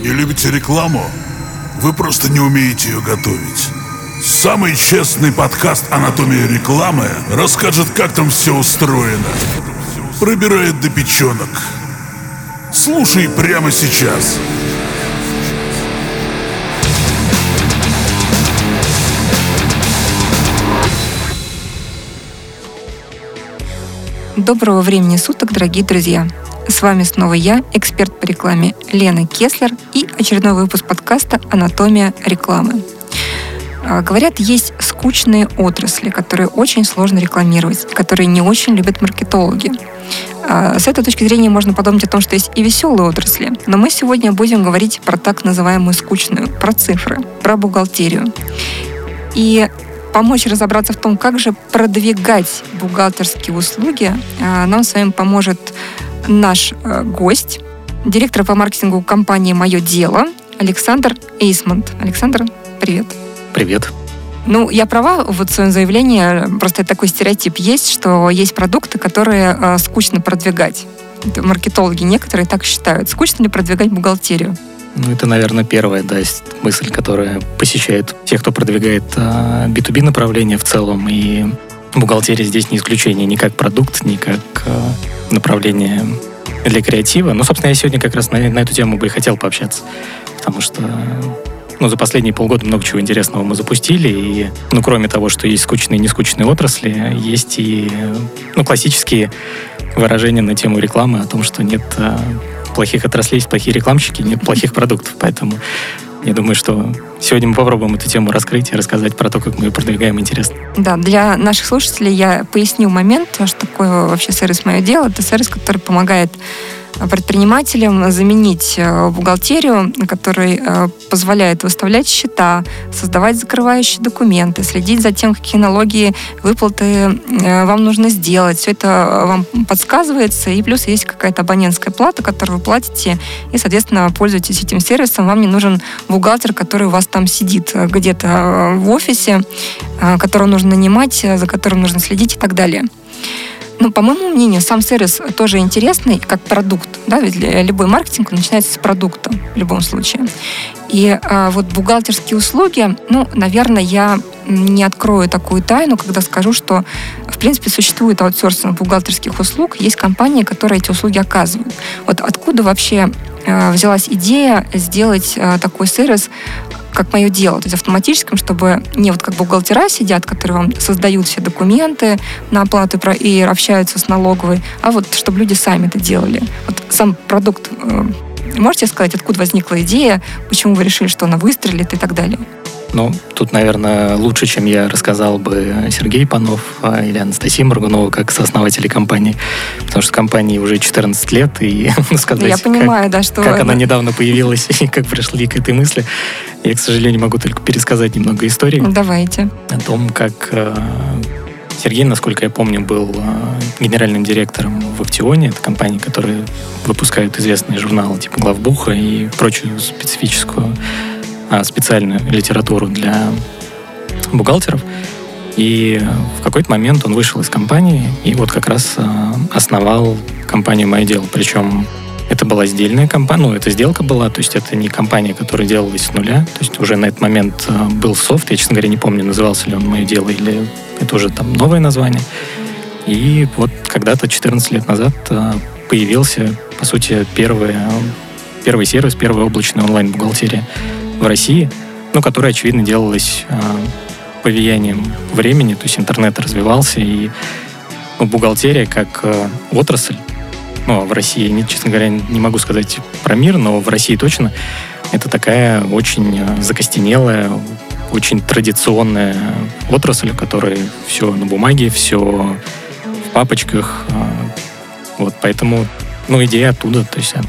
Не любите рекламу? Вы просто не умеете ее готовить. Самый честный подкаст «Анатомия рекламы» расскажет, как там все устроено. Пробирает до печенок. Слушай прямо сейчас. Доброго времени суток, дорогие друзья! С вами снова я, эксперт по рекламе Лена Кеслер, и очередной выпуск подкаста «Анатомия рекламы». Говорят, есть скучные отрасли, которые очень сложно рекламировать, которые не очень любят маркетологи. С этой точки зрения можно подумать о том, что есть и веселые отрасли, но мы сегодня будем говорить про так называемую скучную, про цифры, про бухгалтерию. И помочь разобраться в том, как же продвигать бухгалтерские услуги, нам с вами поможет наш гость, директор по маркетингу компании «Мое дело» Александр Эйсмонт. Александр, привет. Привет. Я права в своем заявлении, просто такой стереотип есть, что есть продукты, которые скучно продвигать. Это маркетологи некоторые так считают. Скучно ли продвигать бухгалтерию? Это, наверное, первая мысль, которая посещает тех, кто продвигает B2B направление в целом. И бухгалтерия здесь не исключение ни как продукт, ни как направление для креатива. Собственно, я сегодня как раз на эту тему бы и хотел пообщаться. Потому что за последние полгода много чего интересного мы запустили. И, кроме того, что есть скучные и нескучные отрасли, есть и классические выражения на тему рекламы о том, что нет плохих отраслей, есть плохие рекламщики, нет плохих продуктов. Поэтому я думаю, что сегодня мы попробуем эту тему раскрыть и рассказать про то, как мы ее продвигаем интересно. Да, для наших слушателей я поясню момент, что такое вообще сервис «Мое дело». Это сервис, который помогает предпринимателям заменить бухгалтерию, который позволяет выставлять счета, создавать закрывающие документы, следить за тем, какие налоги, выплаты вам нужно сделать. Все это вам подсказывается, и плюс есть какая-то абонентская плата, которую вы платите, и, соответственно, пользуетесь этим сервисом. Вам не нужен бухгалтер, который у вас там сидит где-то в офисе, которого нужно нанимать, за которым нужно следить и так далее. По моему мнению, сам сервис тоже интересный, как продукт. Да? Ведь любой маркетинг начинается с продукта в любом случае. И бухгалтерские услуги, наверное, я не открою такую тайну, когда скажу, что, в принципе, существует аутсорсинг бухгалтерских услуг, есть компании, которые эти услуги оказывают. Откуда вообще взялась идея сделать такой сервис, как «Мое дело», то есть автоматическим, чтобы не как бухгалтера сидят, которые вам создают все документы на оплату и общаются с налоговой, а чтобы люди сами это делали. Сам продукт, можете сказать, откуда возникла идея, почему вы решили, что она выстрелит и так далее? Тут, наверное, лучше, чем я рассказал бы Сергей Панов или Анастасия Моргунова, как сооснователи компании, потому что компании уже 14 лет, и сказать, я понимаю, как она недавно появилась и как пришли к этой мысли, я, к сожалению, могу только пересказать немного истории. Давайте. О том, как Сергей, насколько я помню, был генеральным директором в Актионе. Это компания, которая выпускает известные журналы типа «Главбуха» и прочую специальную литературу для бухгалтеров. И в какой-то момент он вышел из компании и как раз основал компанию «Мое дело». Причем это была сдельная компания, это сделка была, то есть это не компания, которая делалась с нуля. То есть уже на этот момент был софт, я, честно говоря, не помню, назывался ли он «Мое дело» или это уже новое название. И когда-то 14 лет назад появился, по сути, первый сервис, первая облачная онлайн-бухгалтерия в России, которая, очевидно, делалась по влиянием времени, то есть интернет развивался, и бухгалтерия как отрасль, в России, честно говоря, не могу сказать про мир, но в России точно, это такая очень закостенелая, очень традиционная отрасль, в которой все на бумаге, все в папочках. Поэтому, идея оттуда, то есть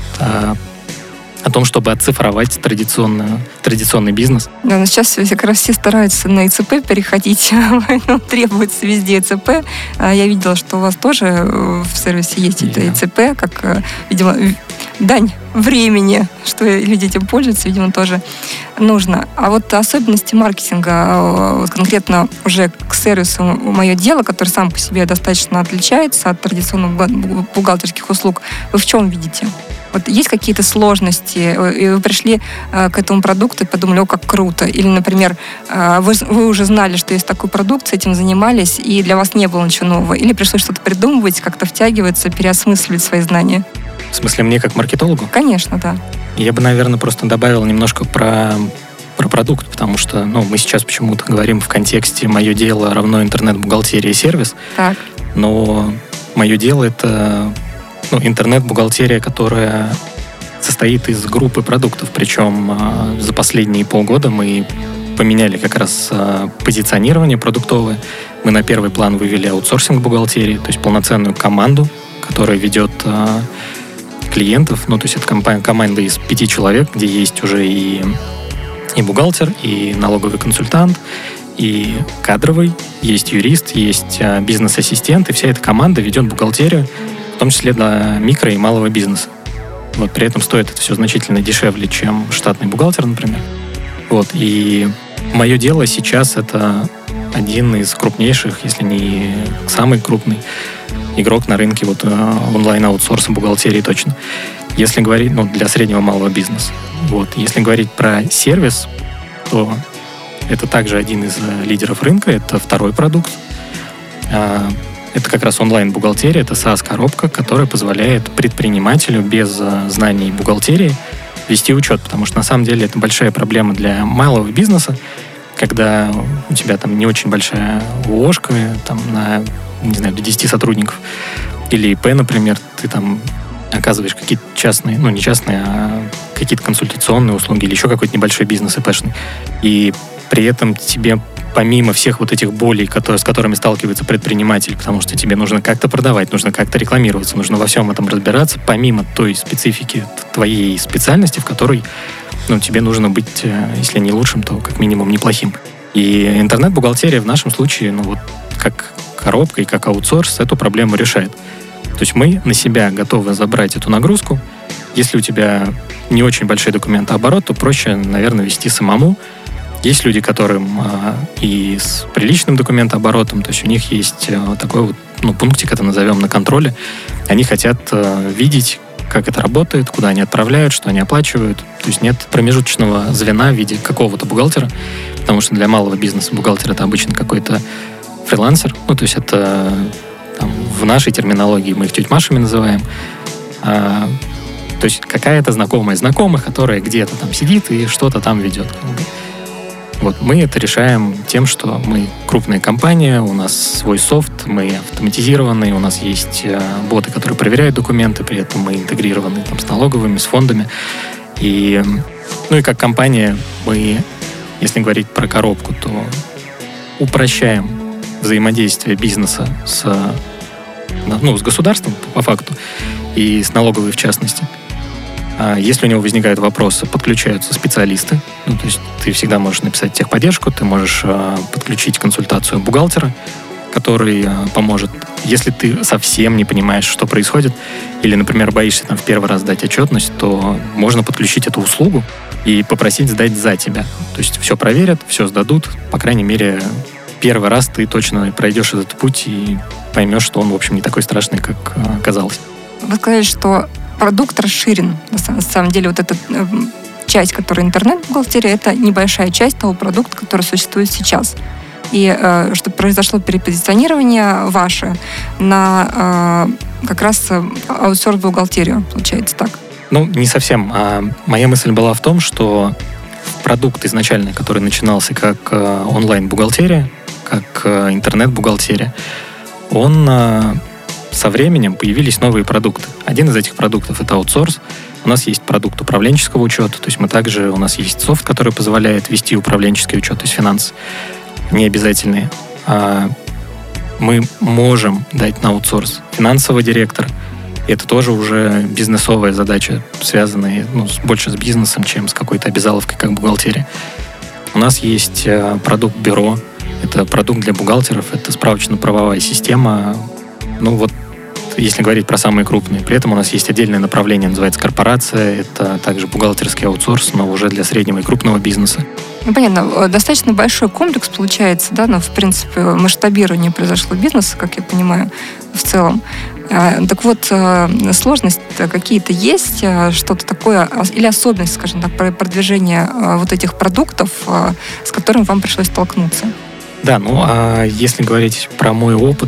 о том, чтобы оцифровать традиционный бизнес. Да, сейчас как раз все стараются на ИЦП переходить, требуется везде ИЦП. Я видела, что у вас тоже в сервисе есть это ИЦП, как, видимо, дань времени, что люди этим пользуются, видимо, тоже нужно. А особенности маркетинга, конкретно уже к сервису «Мое дело», который сам по себе достаточно отличается от традиционных бухгалтерских услуг, вы в чем видите? Вот есть какие-то сложности, и вы пришли к этому продукту и подумали, о, как круто. Или, например, вы уже знали, что есть такой продукт, с этим занимались, и для вас не было ничего нового. Или пришлось что-то придумывать, как-то втягиваться, переосмысливать свои знания. В смысле, мне как маркетологу? Конечно, да. Я бы, наверное, просто добавил немножко про продукт, потому что мы сейчас почему-то говорим в контексте «моё дело равно интернет-бухгалтерия и сервис». Так. Но мое дело — это интернет-бухгалтерия, которая состоит из группы продуктов. Причем за последние полгода мы поменяли как раз позиционирование продуктовое. Мы на первый план вывели аутсорсинг бухгалтерии, то есть полноценную команду, которая ведет клиентов. То есть это команда из 5 человек, где есть уже и бухгалтер, и налоговый консультант, и кадровый, есть юрист, есть бизнес-ассистент, и вся эта команда ведет бухгалтерию, в том числе для микро и малого бизнеса. При этом стоит это все значительно дешевле, чем штатный бухгалтер, например. И мое дело сейчас — это один из крупнейших, если не самый крупный игрок на рынке онлайн-аутсорса бухгалтерии точно. Если говорить, для среднего малого бизнеса. Если говорить про сервис, то это также один из лидеров рынка, это второй продукт. Это как раз онлайн-бухгалтерия, это SaaS-коробка, которая позволяет предпринимателю без знаний бухгалтерии вести учет, потому что на самом деле это большая проблема для малого бизнеса, когда у тебя там не очень большая ООшка, на, до 10 сотрудников, или ИП, например, ты там оказываешь какие-то частные, не частные, а какие-то консультационные услуги или еще какой-то небольшой бизнес ИПшный. И при этом тебе, помимо всех этих болей, с которыми сталкивается предприниматель, потому что тебе нужно как-то продавать, нужно как-то рекламироваться, нужно во всем этом разбираться, помимо той специфики твоей специальности, в которой тебе нужно быть, если не лучшим, то как минимум неплохим. И интернет-бухгалтерия в нашем случае, как коробка и как аутсорс эту проблему решает. То есть мы на себя готовы забрать эту нагрузку. Если у тебя не очень большой документооборот, то проще, наверное, вести самому. Есть люди, которым и с приличным документооборотом, то есть у них есть такой пунктик, это назовем, на контроле. Они хотят видеть, как это работает, куда они отправляют, что они оплачивают. То есть нет промежуточного звена в виде какого-то бухгалтера, потому что для малого бизнеса бухгалтер — это обычно какой-то фрилансер. То есть это в нашей терминологии мы их теть Машами называем. То есть какая-то знакомая знакомых, которая где-то там сидит и что-то там ведет. Мы это решаем тем, что мы крупная компания, у нас свой софт, мы автоматизированные, у нас есть боты, которые проверяют документы, при этом мы интегрированы с налоговыми, с фондами. И как компания мы, если говорить про коробку, то упрощаем взаимодействие бизнеса с государством, по факту, и с налоговой в частности. Если у него возникают вопросы, подключаются специалисты. То есть ты всегда можешь написать техподдержку, ты можешь подключить консультацию бухгалтера, который поможет. Если ты совсем не понимаешь, что происходит, или, например, боишься в первый раз дать отчетность, то можно подключить эту услугу и попросить сдать за тебя. То есть все проверят, все сдадут. По крайней мере, первый раз ты точно пройдешь этот путь и поймешь, что он, в общем, не такой страшный, как казалось. Вы сказали, что продукт расширен. На самом деле эта часть, которая интернет-бухгалтерия, это небольшая часть того продукта, который существует сейчас. И чтобы произошло перепозиционирование ваше на как раз аутсорс-бухгалтерию, получается так? Не совсем. Моя мысль была в том, что продукт изначально, который начинался как онлайн-бухгалтерия, как интернет-бухгалтерия, он со временем появились новые продукты. Один из этих продуктов — это аутсорс. У нас есть продукт управленческого учета, то есть у нас есть софт, который позволяет вести управленческий учет, то есть финансы не обязательные. Мы можем дать на аутсорс финансового директора. И это тоже уже бизнесовая задача, связанная больше с бизнесом, чем с какой-то обязаловкой, как бухгалтерия. У нас есть продукт бюро. Это продукт для бухгалтеров, это справочно-правовая система. Если говорить про самые крупные. При этом у нас есть отдельное направление, называется корпорация. Это также бухгалтерский аутсорс, но уже для среднего и крупного бизнеса. Понятно. Достаточно большой комплекс получается, да? Но, в принципе, масштабирование произошло бизнеса, как я понимаю, в целом. Так вот, сложности какие-то есть, что-то такое, или особенность, скажем так, продвижения вот этих продуктов, с которым вам пришлось столкнуться? Да, а если говорить про мой опыт,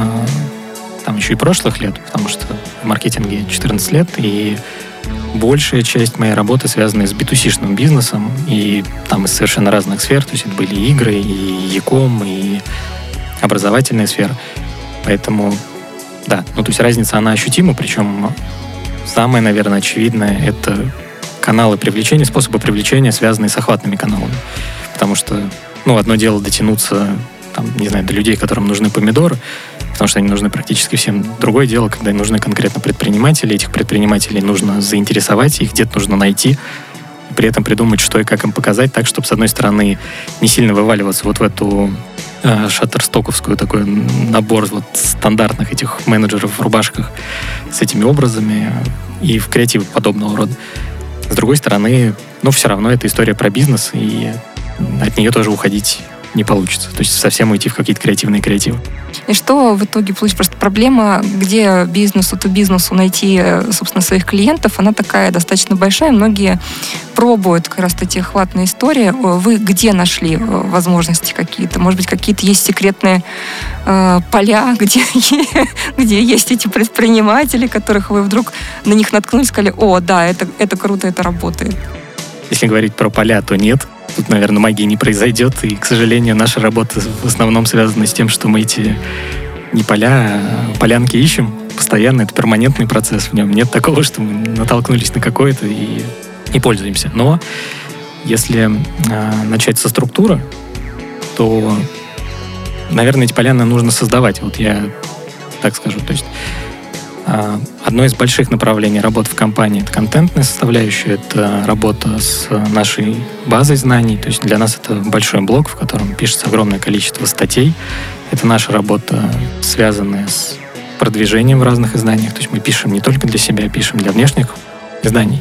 там еще и прошлых лет, потому что в маркетинге 14 лет, и большая часть моей работы связана с B2C-шным бизнесом, и там из совершенно разных сфер, то есть это были и игры, и e-com, и образовательная сфера. Поэтому, да, то есть разница, она ощутима, причем самое, наверное, очевидное — это каналы привлечения, способы привлечения, связанные с охватными каналами. Потому что, одно дело дотянуться, до людей, которым нужны помидоры, потому что они нужны практически всем. Другое дело, когда им нужны конкретно предприниматели. Этих предпринимателей нужно заинтересовать, их где-то нужно найти, и при этом придумать, что и как им показать, так, чтобы, с одной стороны, не сильно вываливаться вот в эту шаттерстоковскую такой набор стандартных этих менеджеров в рубашках с этими образами и в креативы подобного рода. С другой стороны, все равно это история про бизнес, и от нее тоже уходить не получится. То есть совсем уйти в какие-то креативные креативы. И что в итоге получится? Просто проблема, где бизнесу найти, собственно, своих клиентов, она такая достаточно большая. Многие пробуют как раз эти охватные истории. Вы где нашли возможности какие-то? Может быть, какие-то есть секретные поля, где есть эти предприниматели, которых вы вдруг на них наткнулись, сказали: о, да, это круто, это работает. Если говорить про поля, то нет. Тут, наверное, магии не произойдет. И, к сожалению, наша работа в основном связана с тем, что мы эти не поля, а полянки ищем. Постоянно это перманентный процесс. В нем нет такого, что мы натолкнулись на какое-то и пользуемся. Но если начать со структуры, то, наверное, эти поляны нужно создавать. Вот я так скажу. То есть одно из больших направлений работы в компании — это контентная составляющая, это работа с нашей базой знаний. То есть для нас это большой блок, в котором пишется огромное количество статей. Это наша работа, связанная с продвижением в разных изданиях. То есть мы пишем не только для себя, пишем для внешних изданий.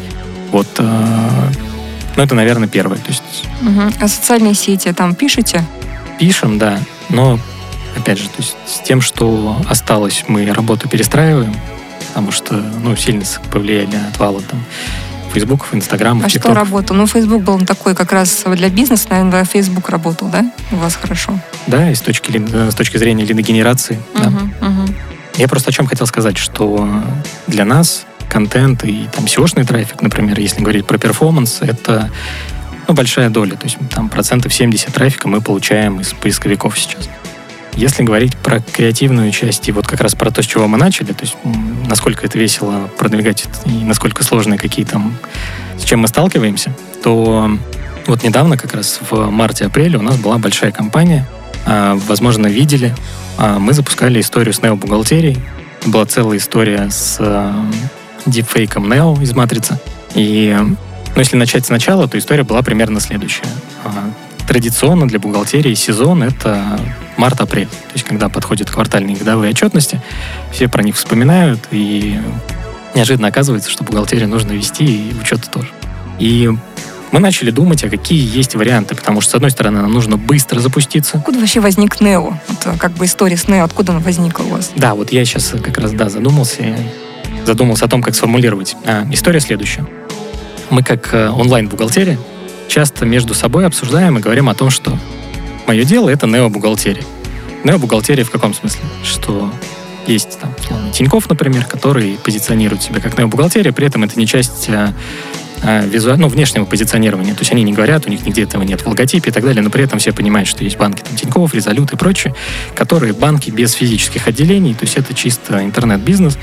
Это, наверное, первое. То есть... А социальные сети там пишете? Пишем, да. Но, опять же, то есть с тем, что осталось, мы работу перестраиваем, потому что, сильно повлияли отвалы Фейсбуков, Инстаграмов, А ТикТоков. что работал? Фейсбук был такой как раз для бизнеса, наверное, Фейсбук работал, да? У вас хорошо. Да, и с точки зрения лидогенерации. Да. Я просто о чем хотел сказать, что для нас контент и SEO-шный трафик, например, если говорить про перформанс, это большая доля. То есть 70% трафика мы получаем из поисковиков сейчас. Если говорить про креативную часть и как раз про то, с чего мы начали, то есть насколько это весело продвигать и насколько сложные с чем мы сталкиваемся, то недавно, как раз в марте-апреле, у нас была большая кампания. Возможно, видели. Мы запускали историю с нео-бухгалтерией. Была целая история с дипфейком Нео из «Матрицы». И, если начать сначала, то история была примерно следующая. Традиционно для бухгалтерии сезон — это март-апрель. То есть, когда подходят квартальные годовые отчетности, все про них вспоминают, и неожиданно оказывается, что бухгалтерию нужно вести, и учеты тоже. И мы начали думать, а какие есть варианты, потому что, с одной стороны, нам нужно быстро запуститься. Откуда вообще возник Нео? История с Нео, откуда она возникла у вас? Да, я сейчас как раз, задумался о том, как сформулировать. История следующая. Мы, как онлайн-бухгалтерия, часто между собой обсуждаем и говорим о том, что мое дело — это нео-бухгалтерия. Нео-бухгалтерия в каком смысле? Что есть Тинькофф, например, который позиционирует себя как нео-бухгалтерия, при этом это не часть внешнего позиционирования. То есть они не говорят, у них нигде этого нет в логотипе и так далее, но при этом все понимают, что есть банки Тинькофф, Резолют и прочие, которые банки без физических отделений, то есть это чисто интернет-бизнес.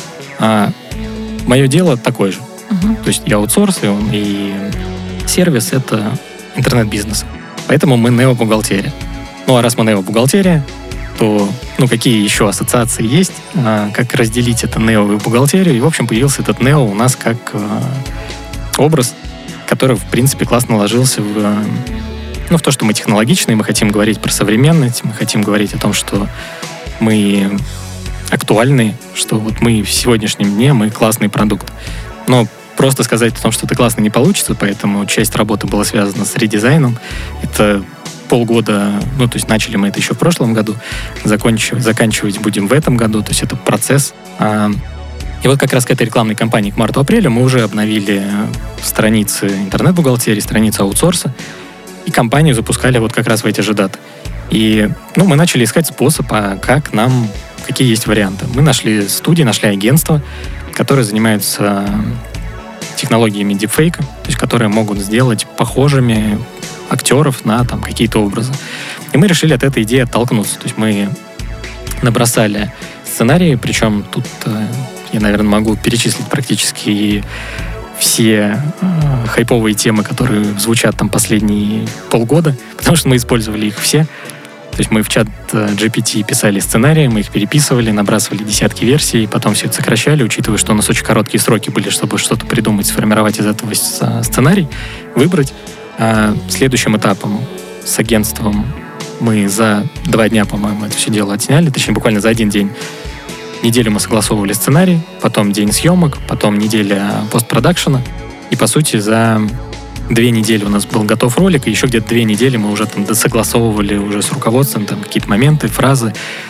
Мое дело такое же. То есть я аутсорсию, и сервис — это интернет-бизнес. Поэтому мы нео-бухгалтерия. А раз мы нео-бухгалтерия, то какие еще ассоциации есть, как разделить это нео и бухгалтерию. И, в общем, появился этот нео у нас как образ, который, в принципе, классно ложился в то, что мы технологичные, мы хотим говорить про современность, мы хотим говорить о том, что мы актуальны, что мы в сегодняшнем дне, мы классный продукт. Но просто сказать о том, что это классно, не получится, поэтому часть работы была связана с редизайном. Это полгода, то есть начали мы это еще в прошлом году, заканчивать будем в этом году, то есть это процесс. И вот как раз к этой рекламной кампании к марту-апрелю мы уже обновили страницы интернет-бухгалтерии, страницы аутсорса, и компанию запускали вот как раз в эти же даты. И мы начали искать способ, какие есть варианты. Мы нашли студии, нашли агентства, которые занимаются технологиями дипфейка, то есть которые могут сделать похожими актеров на какие-то образы. И мы решили от этой идеи оттолкнуться. То есть мы набросали сценарии, причем тут я, наверное, могу перечислить практически все хайповые темы, которые звучат последние полгода, потому что мы использовали их все. То есть мы в чат GPT писали сценарии, мы их переписывали, набрасывали десятки версий, потом все это сокращали, учитывая, что у нас очень короткие сроки были, чтобы что-то придумать, сформировать из этого сценарий, выбрать. Следующим этапом с агентством мы за 2 дня, по-моему, это все дело отсняли, точнее, буквально за 1 день. Неделю мы согласовывали сценарий, потом день съемок, потом неделя постпродакшена. И, по сути, за 2 недели у нас был готов ролик, и еще где-то 2 недели мы уже досогласовывали уже с руководством какие-то моменты, фразы.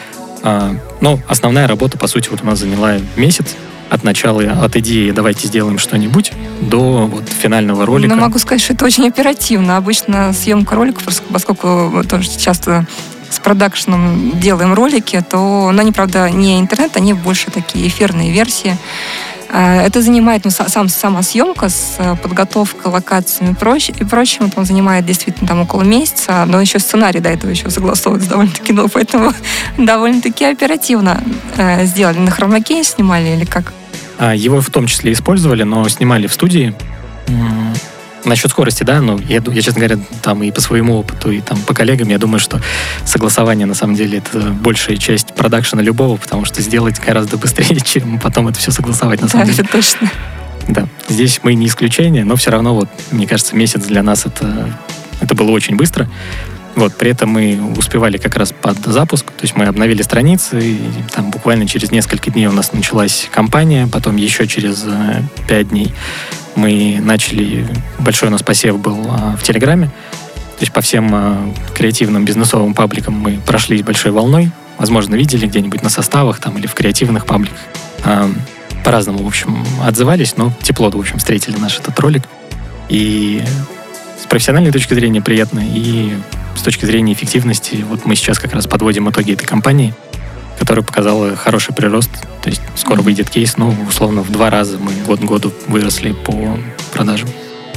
Но основная работа, по сути, у нас заняла месяц. От идеи «давайте сделаем что-нибудь» до финального ролика. Могу сказать, что это очень оперативно. Обычно съемка роликов, поскольку мы тоже часто с продакшеном делаем ролики, то они, правда, не интернет, они больше такие эфирные версии. Это занимает, сама съемка с подготовкой, локациями и прочим, это занимает действительно около месяца, но еще сценарий до этого еще согласовывается довольно-таки долго, поэтому довольно-таки оперативно сделали. На хромакее снимали или как? Его в том числе использовали, но снимали в студии. Насчет скорости, да, я, честно говоря, и по своему опыту, и по коллегам, я думаю, что согласование, на самом деле, это большая часть продакшена любого, потому что сделать гораздо быстрее, чем потом это все согласовать, на самом деле. Это точно. Да, здесь мы не исключение, но все равно, мне кажется, месяц для нас это было очень быстро. При этом мы успевали как раз под запуск, то есть мы обновили страницы, и буквально через несколько дней у нас началась кампания, потом еще через 5 дней мы начали, большой у нас посев был в Телеграме, то есть по всем креативным бизнесовым пабликам мы прошлись большой волной, возможно, видели где-нибудь на составах или в креативных пабликах. По-разному, в общем, отзывались, но тепло, в общем, встретили наш этот ролик. И с профессиональной точки зрения приятно, и с точки зрения эффективности, мы сейчас как раз подводим итоги этой кампании, которая показала хороший прирост. То есть скоро выйдет кейс, условно, в 2 раза мы год к году выросли по продажам.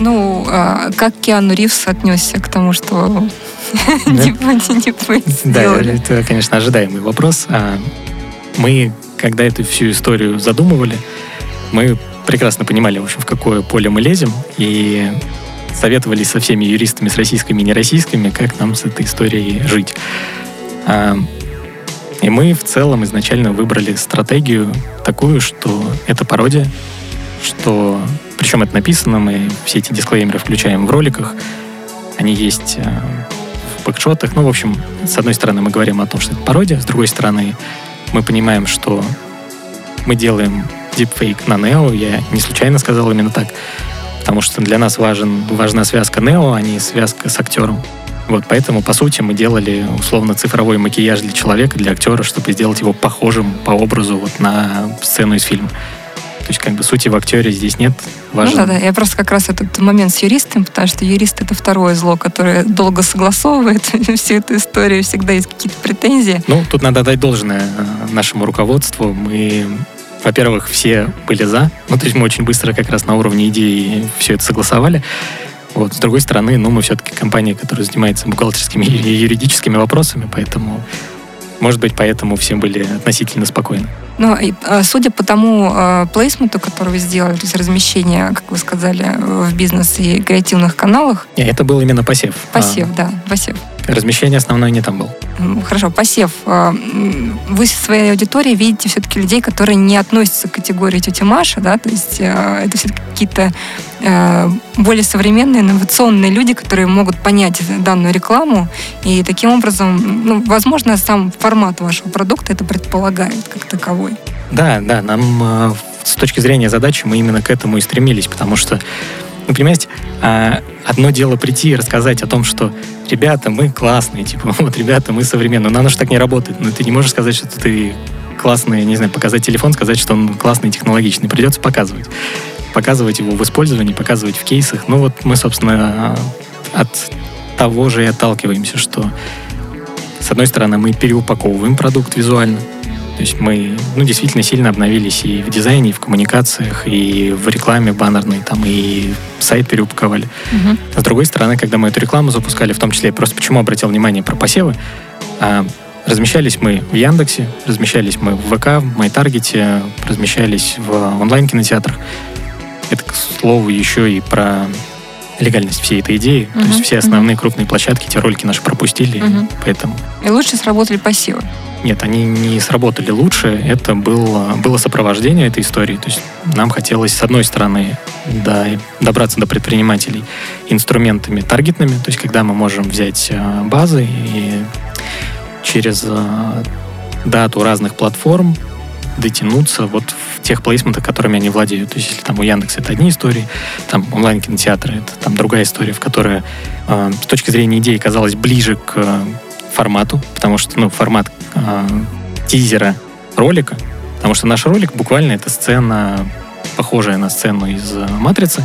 Как Киану Ривз отнесся к тому, что дипфейк сделали? Да, это, конечно, ожидаемый вопрос. Мы, когда эту всю историю задумывали, мы прекрасно понимали, в общем, в какое поле мы лезем, и советовались со всеми юристами, с российскими и нероссийскими, как нам с этой историей жить. И мы в целом изначально выбрали стратегию такую, что это пародия, причем это написано, мы все эти дисклеймеры включаем в роликах, они есть в бэкшотах. В общем, с одной стороны мы говорим о том, что это пародия, с другой стороны мы понимаем, что мы делаем дипфейк на Нео, я не случайно сказал именно так, потому что для нас важна связка Нео, а не связка с актером. Поэтому, по сути, мы делали условно цифровой макияж для человека, для актера, чтобы сделать его похожим по образу на сцену из фильма. То есть, сути в актере здесь нет. Важно. Да. Я просто как раз этот момент с юристом, потому что юрист — это второе зло, которое долго согласовывает всю эту историю, всегда есть какие-то претензии. Тут надо дать должное нашему руководству. Мы, во-первых, все были за. То есть мы очень быстро как раз на уровне идеи все это согласовали. С другой стороны, мы все-таки компания, которая занимается бухгалтерскими и юридическими вопросами, поэтому, может быть, поэтому все были относительно спокойны. Судя по тому плейсменту, который вы сделали, то есть размещение, как вы сказали, в бизнес и креативных каналах... Это был именно посев. Посев. Размещение основное не там было. Хорошо, посев. Вы в своей аудитории видите все-таки людей, которые не относятся к категории тети Маши, да, то есть это все-таки какие-то более современные, инновационные люди, которые могут понять данную рекламу, и таким образом, возможно, сам формат вашего продукта это предполагает как таковой. Да, нам с точки зрения задачи мы именно к этому и стремились, потому что, понимаете, одно дело прийти и рассказать о том, что ребята, мы классные, типа, вот, ребята, мы современные. Но оно же так не работает. Ну, ты не можешь сказать, что ты классный, не знаю, показать телефон, сказать, что он классный, технологичный. Придется показывать. Показывать его в использовании, показывать в кейсах. Ну, вот мы, собственно, от того же и отталкиваемся, что, с одной стороны, мы переупаковываем продукт визуально. То есть мы, действительно сильно обновились и в дизайне, и в коммуникациях, и в рекламе баннерной, там, и сайт переупаковали. С другой стороны, когда мы эту рекламу запускали, в том числе, просто почему обратил внимание про посевы, размещались мы в Яндексе, размещались мы в ВК, в MyTarget, размещались в онлайн-кинотеатрах. Это, к слову, еще и про легальность всей этой идеи. То есть все основные крупные площадки, эти ролики наши пропустили, поэтому... И лучше сработали посевы? Нет, они не сработали лучше. Это было сопровождение этой истории. То есть нам хотелось, с одной стороны, добраться до предпринимателей инструментами таргетными, то есть когда мы можем взять базы и через дату разных платформ дотянуться вот в тех плейсментах, которыми они владеют. То есть если там у Яндекса это одни истории, там онлайн-кинотеатры это там другая история, в которой с точки зрения идеи казалось ближе к формату, потому что формат тизера ролика, потому что наш ролик буквально это сцена, похожая на сцену из «Матрицы»,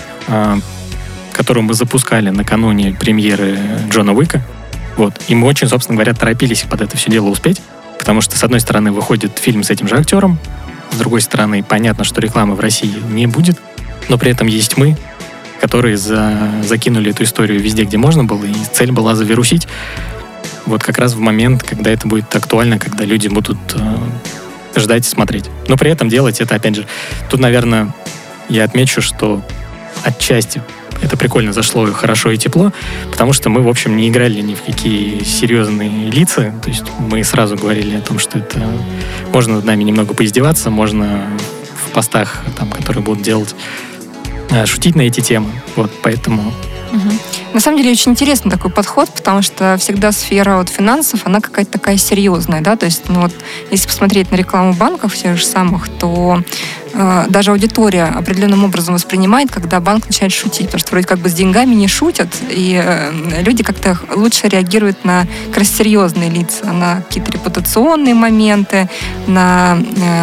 которую мы запускали накануне премьеры Джона Уика. Вот. И мы очень, собственно говоря, торопились под это все дело успеть, потому что, с одной стороны, выходит фильм с этим же актером, с другой стороны, понятно, что рекламы в России не будет, но при этом есть мы, которые закинули эту историю везде, где можно было, и цель была завирусить вот как раз в момент, когда это будет актуально, когда люди будут ждать и смотреть. Но при этом делать это, опять же, тут, наверное, я отмечу, что отчасти это прикольно зашло и хорошо, и тепло, потому что мы, в общем, не играли ни в какие серьезные лица. То есть мы сразу говорили о том, что это можно над нами немного поиздеваться, можно в постах, там, которые будут делать, шутить на эти темы. Вот, поэтому... На самом деле очень интересный такой подход, потому что всегда сфера финансов, она какая-то такая серьезная, да, то есть, если посмотреть на рекламу банков всех же самых, то даже аудитория определенным образом воспринимает, когда банк начинает шутить, потому что вроде как бы с деньгами не шутят, и люди как-то лучше реагируют на как раз серьезные лица, на какие-то репутационные моменты, на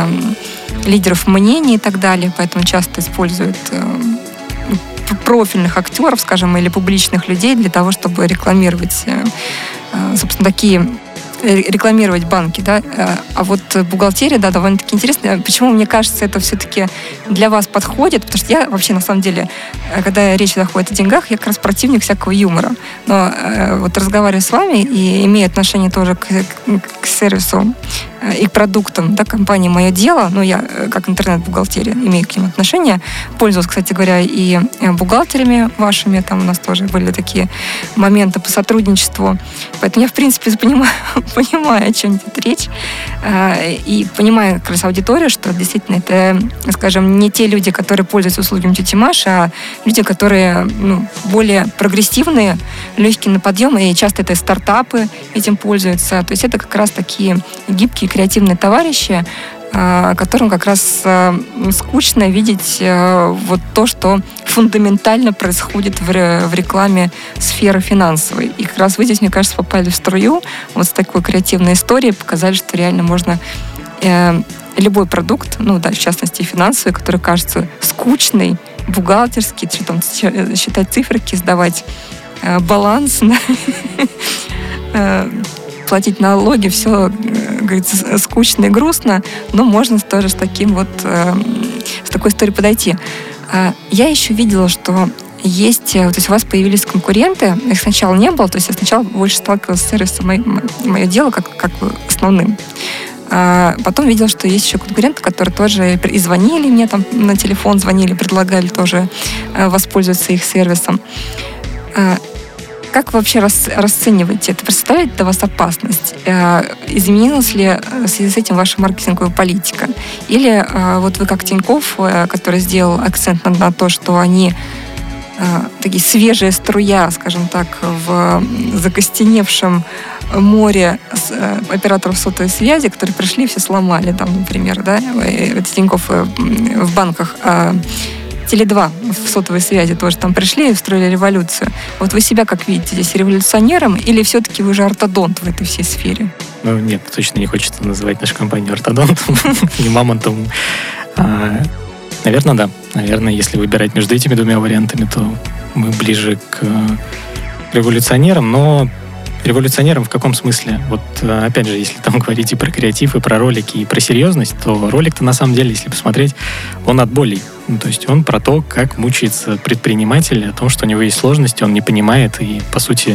лидеров мнений и так далее, поэтому часто используют профильных актеров, скажем, или публичных людей для того, чтобы рекламировать, собственно, рекламировать банки, да. А вот бухгалтерия, да, довольно-таки интересно. Почему, мне кажется, это все-таки для вас подходит? Потому что я вообще, на самом деле, когда речь заходит о деньгах, я как раз противник всякого юмора. Но вот разговаривая с вами и имея отношение тоже к сервису и к продуктам, да, компании «Мое дело», я как интернет-бухгалтерия имею к ним отношение, пользовалась, кстати говоря, и бухгалтерами вашими, там у нас тоже были такие моменты по сотрудничеству. Поэтому я, в принципе, понимаю, о чем идет речь, и понимаю как раз аудиторию, что действительно это, скажем, не те люди, которые пользуются услугами тети Маши, а люди, которые более прогрессивные, легкие на подъем, и часто это стартапы этим пользуются. То есть это как раз такие гибкие, креативные товарищи, которым как раз скучно видеть вот то, что фундаментально происходит в рекламе сферы финансовой. И как раз вы здесь, мне кажется, попали в струю вот с такой креативной историей, показали, что реально можно любой продукт, в частности финансовый, который кажется скучный, бухгалтерский, что там считать циферки, сдавать баланс, платить налоги, все, говорится, скучно и грустно, но можно тоже с такой историей подойти. Я еще видела, что есть, то есть у вас появились конкуренты, их сначала не было, то есть я сначала больше сталкивалась с сервисом «Мое дело» как основным. Потом видела, что есть еще конкуренты, которые тоже и звонили мне, там на телефон звонили, предлагали тоже воспользоваться их сервисом. Как вы вообще расцениваете это? Представляете для вас опасность? Изменилась ли в связи с этим ваша маркетинговая политика? Или вот вы как Тинькофф, который сделал акцент на то, что они такие свежая струя, скажем так, в закостеневшем море операторов сотовой связи, которые пришли и все сломали, там, например, да? Тинькофф в банках. Теле2 в сотовой связи тоже там пришли и устроили революцию. Вот вы себя как видите здесь, революционером, или все-таки вы же ортодонт в этой всей сфере? Ну, нет, точно не хочется называть нашу компанию ортодонтом и мамонтом. Наверное, да. Наверное, если выбирать между этими двумя вариантами, то мы ближе к революционерам, но революционером в каком смысле? Вот, опять же, если там говорить и про креатив, и про ролики, и про серьезность, то ролик-то на самом деле, если посмотреть, он от болей. Ну, то есть он про то, как мучается предприниматель, о том, что у него есть сложности, он не понимает, и, по сути,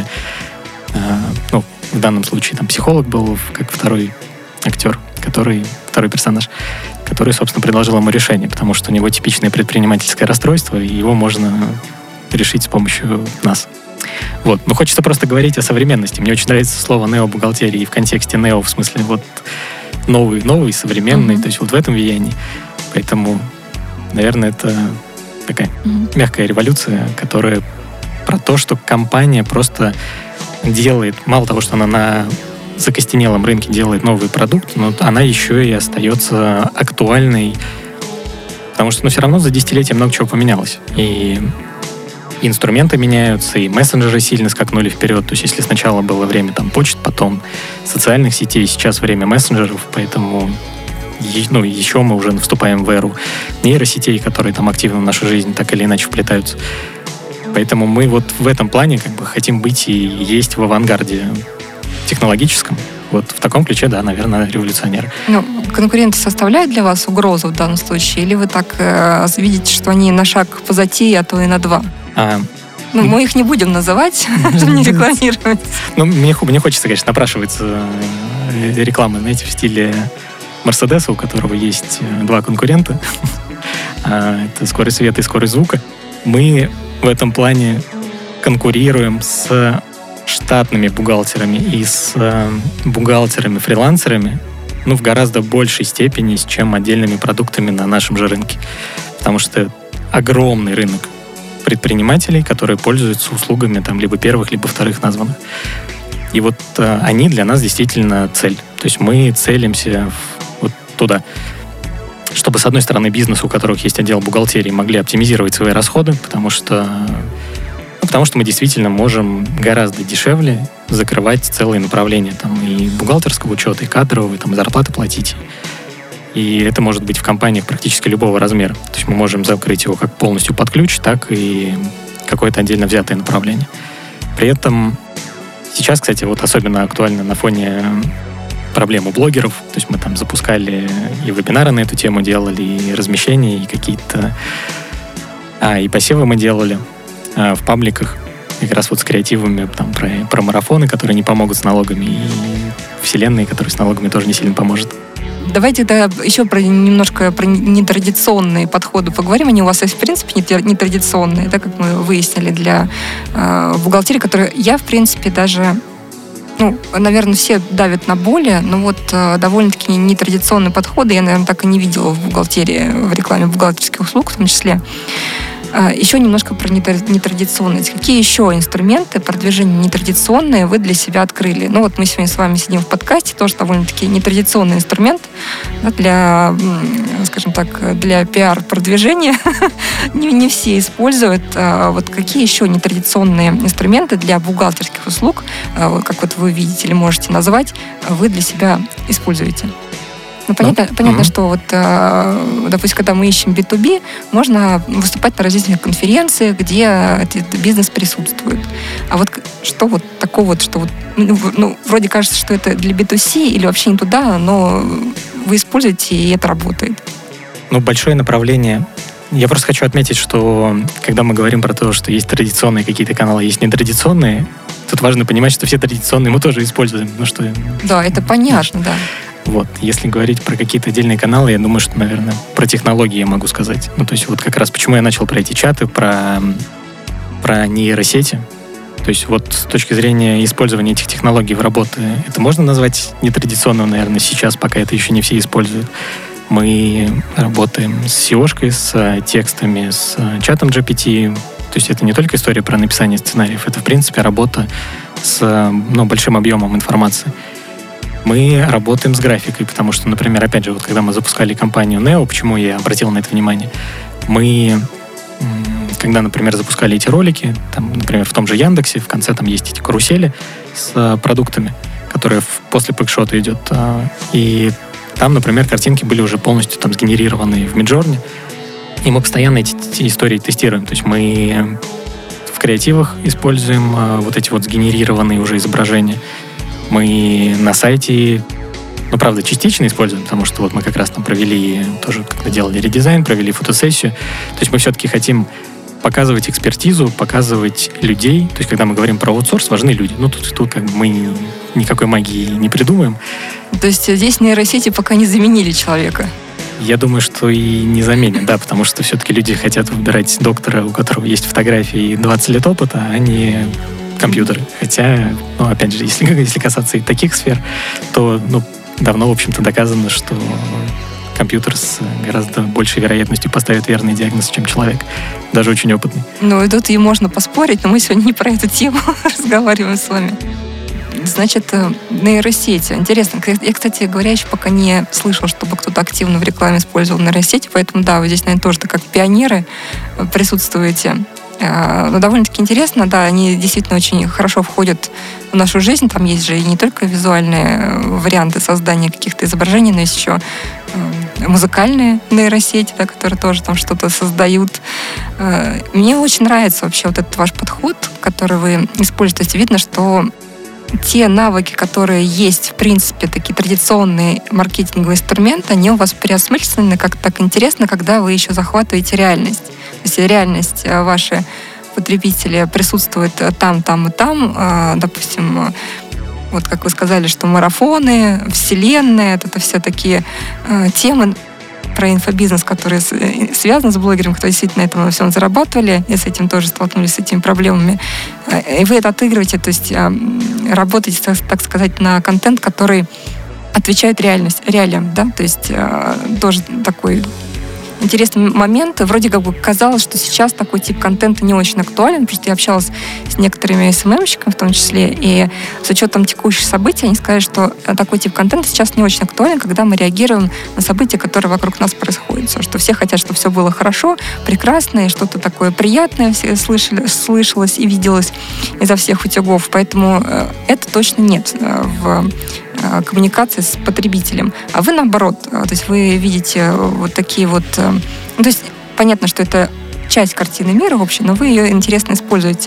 в данном случае там психолог был как второй актер, второй персонаж, который, собственно, предложил ему решение, потому что у него типичное предпринимательское расстройство, и его можно решить с помощью нас. Вот. Но хочется просто говорить о современности. Мне очень нравится слово «необухгалтерия», и в контексте «нео» в смысле вот новый, современный, то есть вот в этом влиянии. Поэтому, наверное, это такая мягкая революция, которая про то, что компания просто делает, мало того, что она на закостенелом рынке делает новый продукт, но она еще и остается актуальной, потому что все равно за десятилетия много чего поменялось. И инструменты меняются, и мессенджеры сильно скакнули вперед. То есть если сначала было время почт, потом социальных сетей, сейчас время мессенджеров, поэтому еще мы уже вступаем в эру нейросетей, которые там активно в нашу жизнь так или иначе вплетаются. Поэтому мы вот в этом плане хотим быть и есть в авангарде технологическом. Вот в таком ключе, да, наверное, революционеры. Конкуренты составляют для вас угрозу в данном случае? Или вы так видите, что они на шаг позади, а то и на два? Мы их не будем называть, чтобы не рекламировать. Мне хочется, конечно, напрашивается реклама, знаете, в стиле Мерседеса, у которого есть два конкурента. Это скорость света и скорость звука. Мы в этом плане конкурируем с штатными бухгалтерами и с бухгалтерами-фрилансерами в гораздо большей степени, чем отдельными продуктами на нашем же рынке. Потому что огромный рынок предпринимателей, которые пользуются услугами либо первых, либо вторых названных. И вот они для нас действительно цель. То есть мы целимся вот туда, чтобы, с одной стороны, бизнес, у которых есть отдел бухгалтерии, могли оптимизировать свои расходы, потому что мы действительно можем гораздо дешевле закрывать целые направления и бухгалтерского учета, и кадрового, и зарплаты платить. И это может быть в компаниях практически любого размера. То есть мы можем закрыть его как полностью под ключ, так и какое-то отдельно взятое направление. При этом сейчас, кстати, особенно актуально на фоне проблем у блогеров. То есть мы запускали и вебинары на эту тему делали, и размещения, и какие-то... и посевы мы делали в пабликах, как раз с креативами про марафоны, которые не помогут с налогами, и вселенные, которые с налогами тоже не сильно поможет. Давайте еще немножко про нетрадиционные подходы поговорим. Они у вас есть, в принципе, нетрадиционные, да, как мы выяснили, для бухгалтерии, которые я, в принципе, даже... наверное, все давят на боли, но довольно-таки нетрадиционные подходы я, наверное, так и не видела в бухгалтерии, в рекламе бухгалтерских услуг в том числе. Еще немножко про нетрадиционность. Какие еще инструменты продвижения нетрадиционные вы для себя открыли? Мы сегодня с вами сидим в подкасте, тоже довольно-таки нетрадиционный инструмент для, скажем так, для пиар-продвижения. Не все используют. Какие еще нетрадиционные инструменты для бухгалтерских услуг, как вы видите или можете назвать, вы для себя используете? Понятно, что допустим, когда мы ищем B2B, можно выступать на различных конференциях, где этот бизнес присутствует. А что такого, что вроде кажется, что это для B2C или вообще не туда, но вы используете, и это работает. Большое направление. Я просто хочу отметить, что когда мы говорим про то, что есть традиционные какие-то каналы, есть нетрадиционные, тут важно понимать, что все традиционные мы тоже используем. Да, это понятно, да. Если говорить про какие-то отдельные каналы, я думаю, что, наверное, про технологии я могу сказать. То есть как раз почему я начал про эти чаты, про нейросети. То есть с точки зрения использования этих технологий в работе, это можно назвать нетрадиционным, наверное, сейчас, пока это еще не все используют. Мы работаем с SEO-шкой, с текстами, с чатом GPT. То есть это не только история про написание сценариев, это, в принципе, работа с большим объемом информации. Мы работаем с графикой, потому что, например, опять же, когда мы запускали компанию Neo, почему я обратил на это внимание, мы когда, например, запускали эти ролики, там, например, в том же Яндексе, в конце там есть эти карусели с продуктами, которые после пэкшота идет. И там, например, картинки были уже полностью там сгенерированы в Midjourney. И мы постоянно эти истории тестируем. То есть мы в креативах используем вот эти вот сгенерированные уже изображения. Мы на сайте, правда, частично используем, потому что вот мы как раз там провели, тоже когда делали редизайн, провели фотосессию. То есть мы все-таки хотим показывать экспертизу, показывать людей. То есть когда мы говорим про аутсорс, важны люди. Тут как бы мы никакой магии не придумаем. То есть здесь нейросети пока не заменили человека? Я думаю, что и не заменят, да, потому что все-таки люди хотят выбирать доктора, у которого есть фотографии и 20 лет опыта, а не компьютеры. Хотя, опять же, если касаться и таких сфер, то, давно, в общем-то, доказано, что компьютер с гораздо большей вероятностью поставит верный диагноз, чем человек, даже очень опытный. И тут и можно поспорить, но мы сегодня не про эту тему разговариваем с вами. Значит, нейросети. Интересно. Я, кстати говоря, еще пока не слышала, чтобы кто-то активно в рекламе использовал нейросети, поэтому, да, вы здесь, наверное, тоже как пионеры присутствуете. Но довольно-таки интересно, да, они действительно очень хорошо входят в нашу жизнь. Там есть же и не только визуальные варианты создания каких-то изображений, но есть еще музыкальные нейросети, да, которые тоже там что-то создают. Мне очень нравится вообще вот этот ваш подход, который вы используете. Видно, что те навыки, которые есть, в принципе, такие традиционные маркетинговые инструменты, они у вас переосмыслены, как так интересно, когда вы еще захватываете реальность. То есть реальность ваши потребители присутствуют там и там. Допустим, вот как вы сказали, что марафоны, вселенная, это все такие темы про инфобизнес, которые связаны с блогером, которые действительно на этом всем зарабатывали, и с этим тоже столкнулись, с этими проблемами. И вы это отыгрываете, то есть работаете, так сказать, на контент, который отвечает реалиям, да, то есть тоже такой интересный момент. Вроде как бы казалось, что сейчас такой тип контента не очень актуален, потому что я общалась с некоторыми СММщиками в том числе, и с учетом текущих событий они сказали, что такой тип контента сейчас не очень актуален, когда мы реагируем на события, которые вокруг нас происходят. Что все хотят, чтобы все было хорошо, прекрасно, и что-то такое приятное все слышалось и виделось изо всех утюгов. Поэтому это точно нет в коммуникации с потребителем. А вы наоборот, то есть вы видите вот такие вот... то есть понятно, что это часть картины мира общей, но вы ее интересно используете.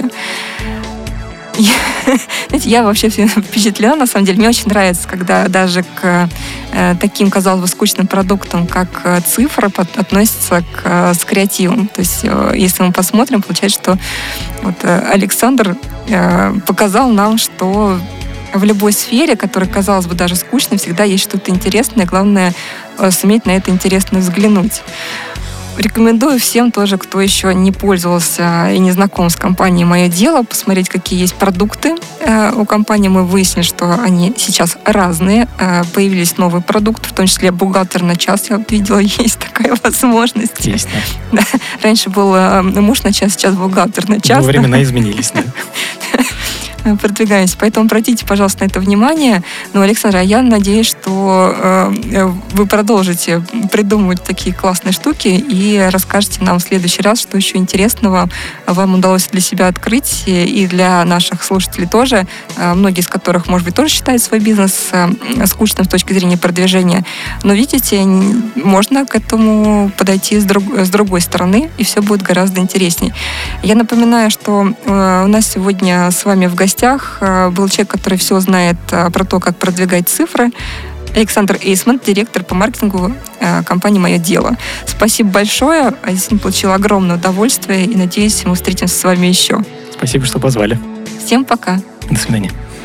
Знаете, я вообще впечатлена, на самом деле. Мне очень нравится, когда даже к таким, казалось бы, скучным продуктам, как цифра, относятся с креативом. То есть, если мы посмотрим, получается, что вот Александр показал нам, что в любой сфере, которая, казалось бы, даже скучной, всегда есть что-то интересное. Главное, суметь на это интересно взглянуть. Рекомендую всем тоже, кто еще не пользовался и не знаком с компанией «Мое дело», посмотреть, какие есть продукты у компании. Мы выяснили, что они сейчас разные. Появились новые продукты, в том числе бухгалтер на час. Я вот видела, есть такая возможность. Есть, да. Раньше был муж на час, сейчас бухгалтер на час. Времена изменились, да. Продвигаемся. Поэтому обратите, пожалуйста, на это внимание. Александр, я надеюсь, что вы продолжите придумывать такие классные штуки и расскажете нам в следующий раз, что еще интересного вам удалось для себя открыть и для наших слушателей тоже, многие из которых, может быть, тоже считают свой бизнес скучным с точки зрения продвижения. Но, видите, можно к этому подойти с другой стороны, и все будет гораздо интересней. Я напоминаю, что у нас сегодня с вами в гостях был человек, который все знает про то, как продвигать цифры. Александр Эйсман, директор по маркетингу компании «Мое дело». Спасибо большое. Я действительно получила огромное удовольствие и надеюсь, мы встретимся с вами еще. Спасибо, что позвали. Всем пока. До свидания.